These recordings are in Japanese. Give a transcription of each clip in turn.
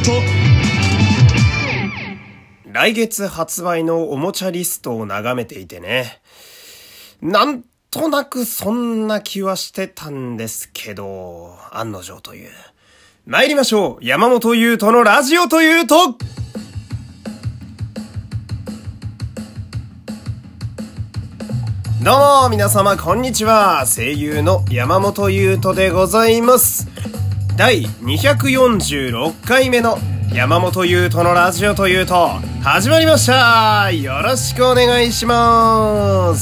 と。 来月発売のおもちゃリストを眺めていてね、なんとなくそんな気はしてたんですけど、案の定という。参りましょう。山本優斗のラジオというと。どうも皆様こんにちは。声優の山本優斗でございます。第246回目の山本優斗のラジオというと始まりました。よろしくお願いします。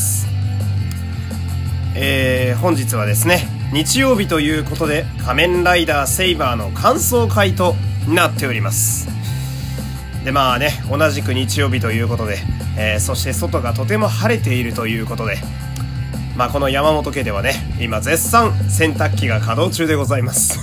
本日はですね、日曜日ということで仮面ライダーセイバーの感想会となっております。でまあね、同じく日曜日ということで、そして外がとても晴れているということで、まあこの山本家ではね、今絶賛洗濯機が稼働中でございます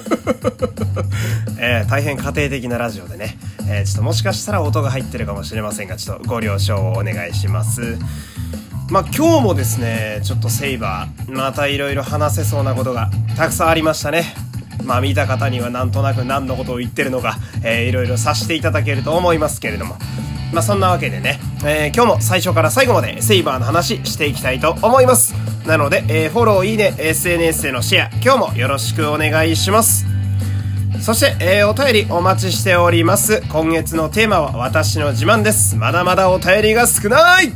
大変家庭的なラジオでね、ちょっともしかしたら音が入ってるかもしれませんが、ちょっとご了承をお願いします。まあ今日もですね、ちょっとセイバーまたいろいろ話せそうなことがたくさんありましたね。まあ見た方にはなんとなく何のことを言ってるのか、いろいろ察していただけると思いますけれども、まあそんなわけでね、今日も最初から最後までセイバーの話していきたいと思います。なので、フォロー、いいね、SNS でのシェア今日もよろしくお願いします。そして、お便りお待ちしております。今月のテーマは私の自慢です。まだまだお便りが少ない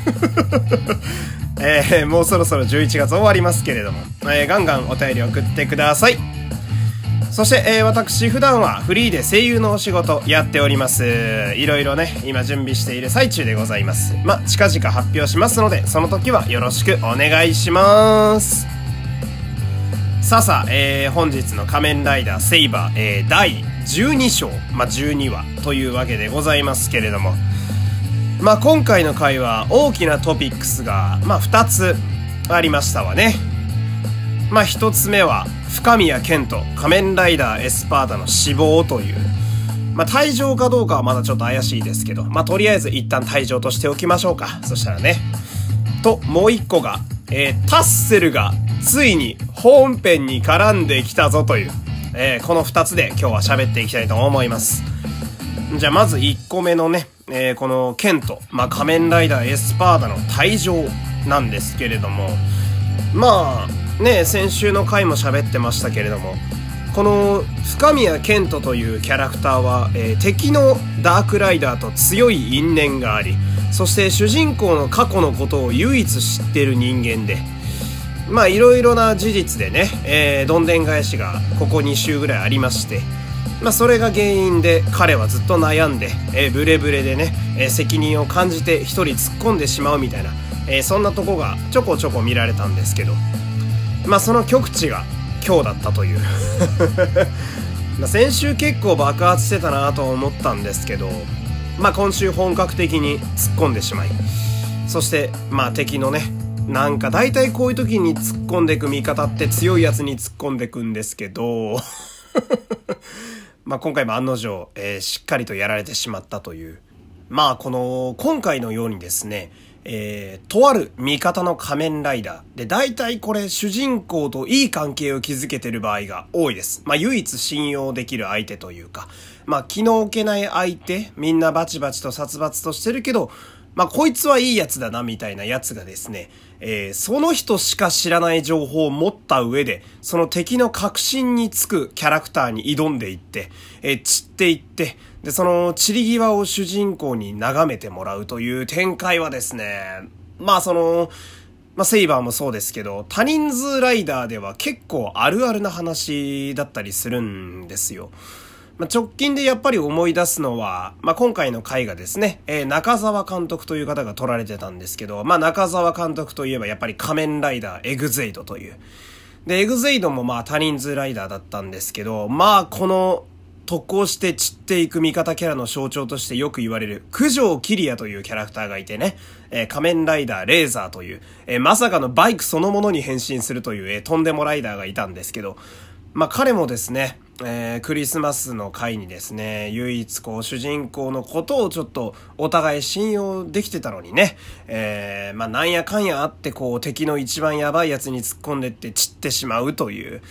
もうそろそろ11月終わりますけれども、ガンガンお便り送ってください。そして、私普段はフリーで声優のお仕事やっております。いろいろね、今準備している最中でございます。まあ近々発表しますので、その時はよろしくお願いします。さあ、本日の仮面ライダーセイバー、第12章、まあ12話というわけでございますけれども、まあ今回の回は大きなトピックスがまあ2つありましたわね。まあ1つ目は深宮健人仮面ライダーエスパーダの死亡という、まあ退場かどうかはまだちょっと怪しいですけど、まあとりあえず一旦退場としておきましょうか。そしたらね、ともう一個が、タッセルがついに本編に絡んできたぞという、この2つで今日は喋っていきたいと思います。じゃあまず1個目のね、このケント、まあ仮面ライダーエスパーダの退場なんですけれども、まあね、先週の回も喋ってましたけれども、この深宮健人というキャラクターは、敵のダークライダーと強い因縁があり、そして主人公の過去のことを唯一知っている人間で、まあいろいろな事実でね、どんでん返しがここ2週ぐらいありまして、まあそれが原因で彼はずっと悩んで、ブレブレでね、責任を感じて一人突っ込んでしまうみたいな、そんなとこがちょこちょこ見られたんですけど、まあその極致が今日だったというまあ先週結構爆発してたなと思ったんですけど、まあ今週本格的に突っ込んでしまい、そしてまあ敵のね、なんか大体こういう時に突っ込んでいく味方って強いやつに突っ込んでいくんですけどまあ今回も案の定、しっかりとやられてしまったという。まあこの今回のようにですね、とある味方の仮面ライダーで、大体これ主人公といい関係を築けてる場合が多いです。まあ唯一信用できる相手というか、まあ気の置けない相手、みんなバチバチと殺伐としてるけど、まあこいつはいいやつだなみたいなやつがですね、その人しか知らない情報を持った上で、その敵の核心につくキャラクターに挑んでいって、散っていって、でその散り際を主人公に眺めてもらうという展開はですね、まあまあセイバーもそうですけど、多人数ライダーでは結構あるあるな話だったりするんですよ。まあ、直近でやっぱり思い出すのは、まあ、今回の回がですね、中澤監督という方が撮られてたんですけど、まあ、中澤監督といえばやっぱり仮面ライダーエグゼイドという。で、エグゼイドもまあ多人数ライダーだったんですけど、まあこの特攻して散っていく味方キャラの象徴としてよく言われる九条キリアというキャラクターがいてね、仮面ライダーレーザーという、まさかのバイクそのものに変身するという、とんでもライダーがいたんですけど、まあ彼もですね、クリスマスの回にですね、唯一こう主人公のことをちょっとお互い信用できてたのにね、まあなんやかんやあってこう敵の一番やばいやつに突っ込んでって散ってしまうという、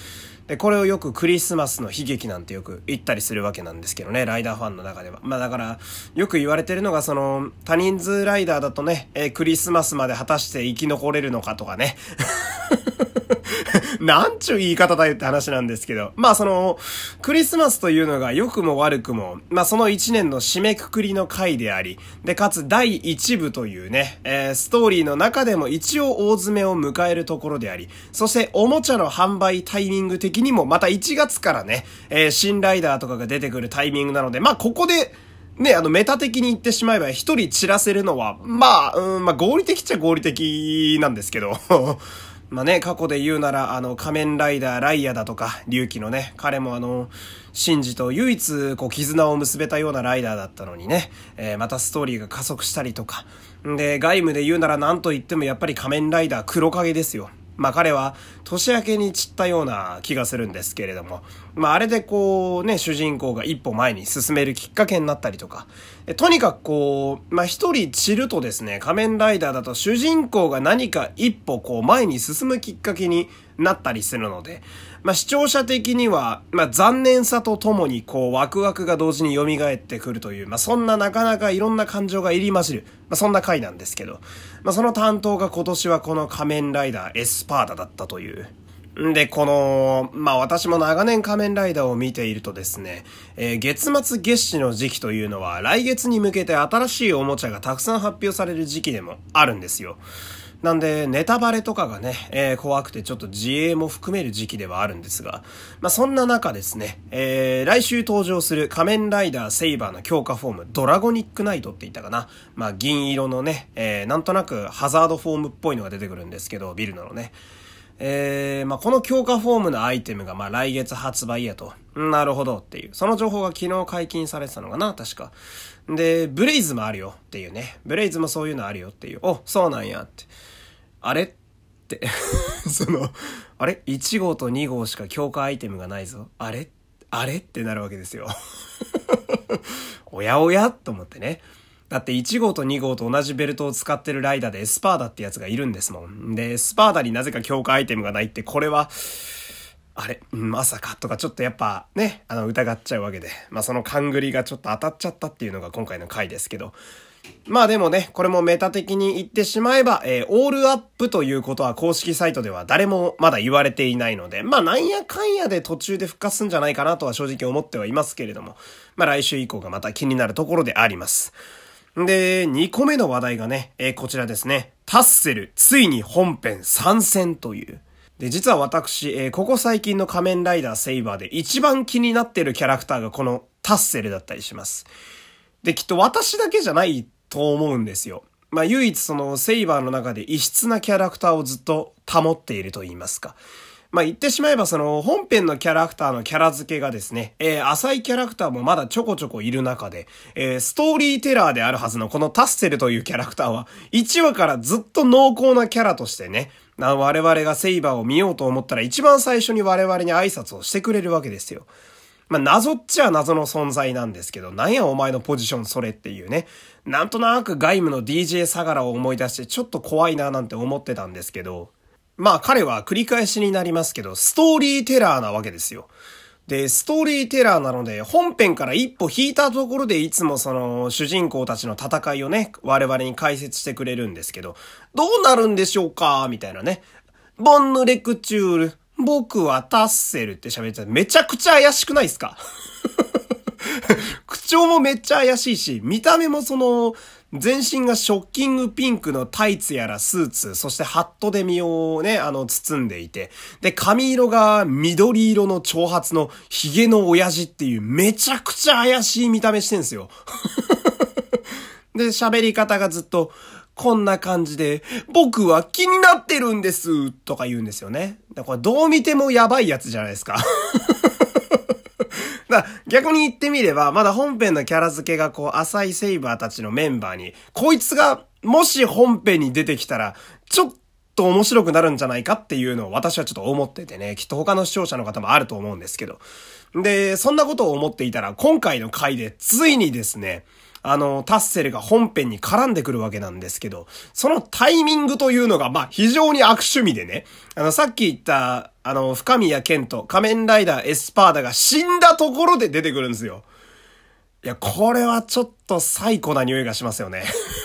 で、これをよくクリスマスの悲劇なんてよく言ったりするわけなんですけどね、ライダーファンの中では。だから、よく言われてるのが、多人数ライダーだとね、クリスマスまで果たして生き残れるのかとかね。なんちゅう言い方だよって話なんですけど。クリスマスというのが良くも悪くも、その一年の締めくくりの回であり、で、かつ第一部というね、ストーリーの中でも一応大詰めを迎えるところであり、そしておもちゃの販売タイミング的にもまた1月からね、新ライダーとかが出てくるタイミングなので、ここで、ね、メタ的に言ってしまえば一人散らせるのは、合理的っちゃ合理的なんですけど、過去で言うなら、仮面ライダーライアだとか、龍騎のね、彼もシンジと唯一、絆を結べたようなライダーだったのにね、またストーリーが加速したりとか。で、外務で言うなら何と言ってもやっぱり仮面ライダー黒影ですよ。彼は年明けに散ったような気がするんですけれども、あれで主人公が一歩前に進めるきっかけになったりとか、とにかく一人散るとですね、仮面ライダーだと主人公が何か一歩前に進むきっかけになったりするので、視聴者的には、残念さとともにワクワクが同時に蘇ってくるという、そんななかなかいろんな感情が入り混じる、そんな回なんですけど、その担当が今年はこの仮面ライダーエスパーダだったという。で、私も長年仮面ライダーを見ているとですね、月末月始の時期というのは来月に向けて新しいおもちゃがたくさん発表される時期でもあるんですよ。なんで、ネタバレとかがね、怖くてちょっと自衛も含める時期ではあるんですが、そんな中ですね、来週登場する仮面ライダーセイバーの強化フォーム、ドラゴニックナイトって言ったかな。銀色のね、なんとなくハザードフォームっぽいのが出てくるんですけど、ビルのね。この強化フォームのアイテムが来月発売やと。なるほどっていう。その情報が昨日解禁されてたのかな、確か。で、ブレイズもあるよっていうね。ブレイズもそういうのあるよっていう。お、そうなんやって。あれってあれ ?1 号と2号しか強化アイテムがないぞ。あれってなるわけですよ。おやおやと思ってね。だって1号と2号と同じベルトを使ってるライダーでエスパーダってやつがいるんですもん。で、エスパーダになぜか強化アイテムがないって、これは、まさかとかちょっとやっぱね、疑っちゃうわけで。その勘繰りがちょっと当たっちゃったっていうのが今回の回ですけど。でもね、これもメタ的に言ってしまえば、オールアップということは公式サイトでは誰もまだ言われていないので、なんやかんやで途中で復活するんじゃないかなとは正直思ってはいますけれども、来週以降がまた気になるところであります。で、2個目の話題がね、こちらですね。タッセル、ついに本編参戦という。で、実は私、ここ最近の仮面ライダーセイバーで一番気になっているキャラクターがこのタッセルだったりします。で、きっと私だけじゃないと思うんですよ。唯一そのセイバーの中で異質なキャラクターをずっと保っていると言いますか。言ってしまえばその本編のキャラクターのキャラ付けがですね、浅いキャラクターもまだちょこちょこいる中で、ストーリーテラーであるはずのこのタッセルというキャラクターは1話からずっと濃厚なキャラとしてね、我々がセイバーを見ようと思ったら一番最初に我々に挨拶をしてくれるわけですよ。謎っちゃ謎の存在なんですけど、なんやお前のポジションそれっていうね。なんとなく外務の DJ 相良を思い出してちょっと怖いななんて思ってたんですけど、彼は繰り返しになりますけど、ストーリーテラーなわけですよ。で、ストーリーテラーなので、本編から一歩引いたところでいつもその主人公たちの戦いをね、我々に解説してくれるんですけど、どうなるんでしょうかみたいなね。ボンヌレクチュール、僕はタッセルって喋ってたらめちゃくちゃ怪しくないですか？口調もめっちゃ怪しいし、見た目もその、全身がショッキングピンクのタイツやらスーツ、そしてハットで身をね、包んでいて、で、髪色が緑色の長髪のヒゲの親父っていうめちゃくちゃ怪しい見た目してんすよ。で、喋り方がずっと、こんな感じで、僕は気になってるんです、とか言うんですよね。これどう見てもやばいやつじゃないですか。逆に言ってみれば、まだ本編のキャラ付けが浅いセイバーたちのメンバーに、こいつがもし本編に出てきたら、ちょっと面白くなるんじゃないかっていうのを私はちょっと思っててね、きっと他の視聴者の方もあると思うんですけど。で、そんなことを思っていたら、今回の回でついにですね、 タッセルが本編に絡んでくるわけなんですけど、そのタイミングというのが、非常に悪趣味でね、さっき言った、深宮健と仮面ライダーエスパーダが死んだところで出てくるんですよ。いや、これはちょっと最高な匂いがしますよね。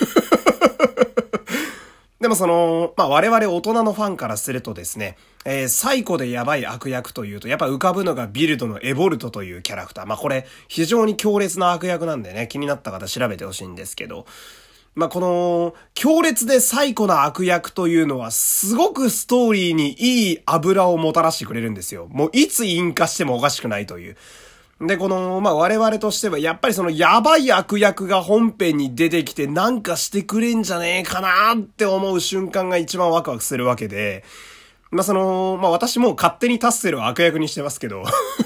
でも我々大人のファンからするとですね、最古でやばい悪役というと、やっぱ浮かぶのがビルドのエボルトというキャラクター。これ、非常に強烈な悪役なんでね、気になった方調べてほしいんですけど、この、強烈で最古な悪役というのは、すごくストーリーにいい油をもたらしてくれるんですよ。もういつ引火してもおかしくないという。で、我々としては、やっぱりやばい悪役が本編に出てきてなんかしてくれんじゃねえかなって思う瞬間が一番ワクワクするわけで、私もう勝手にタッセルを悪役にしてますけど、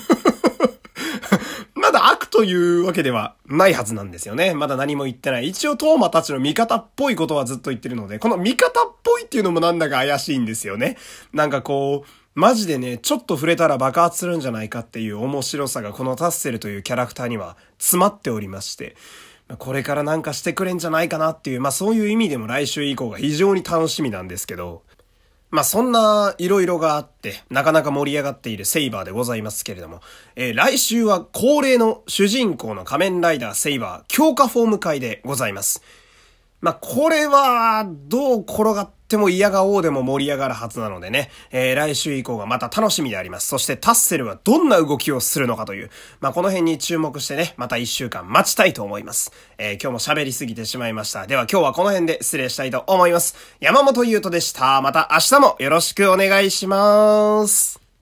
まだ悪というわけではないはずなんですよね。まだ何も言ってない。一応トーマたちの味方っぽいことはずっと言ってるので、この味方っぽいっていうのもなんだか怪しいんですよね。マジでね、ちょっと触れたら爆発するんじゃないかっていう面白さがこのタッセルというキャラクターには詰まっておりまして、これからなんかしてくれんじゃないかなっていう、そういう意味でも来週以降が非常に楽しみなんですけど、そんな色々があって、なかなか盛り上がっているセイバーでございますけれども、来週は恒例の主人公の仮面ライダーセイバー強化フォーム会でございます。これは、どう転がっても嫌が王でも盛り上がるはずなのでね、来週以降がまた楽しみであります。そしてタッセルはどんな動きをするのかという、この辺に注目してね、また1週間待ちたいと思います。今日も喋りすぎてしまいました。では今日はこの辺で失礼したいと思います。山本優斗でした。また明日もよろしくお願いします。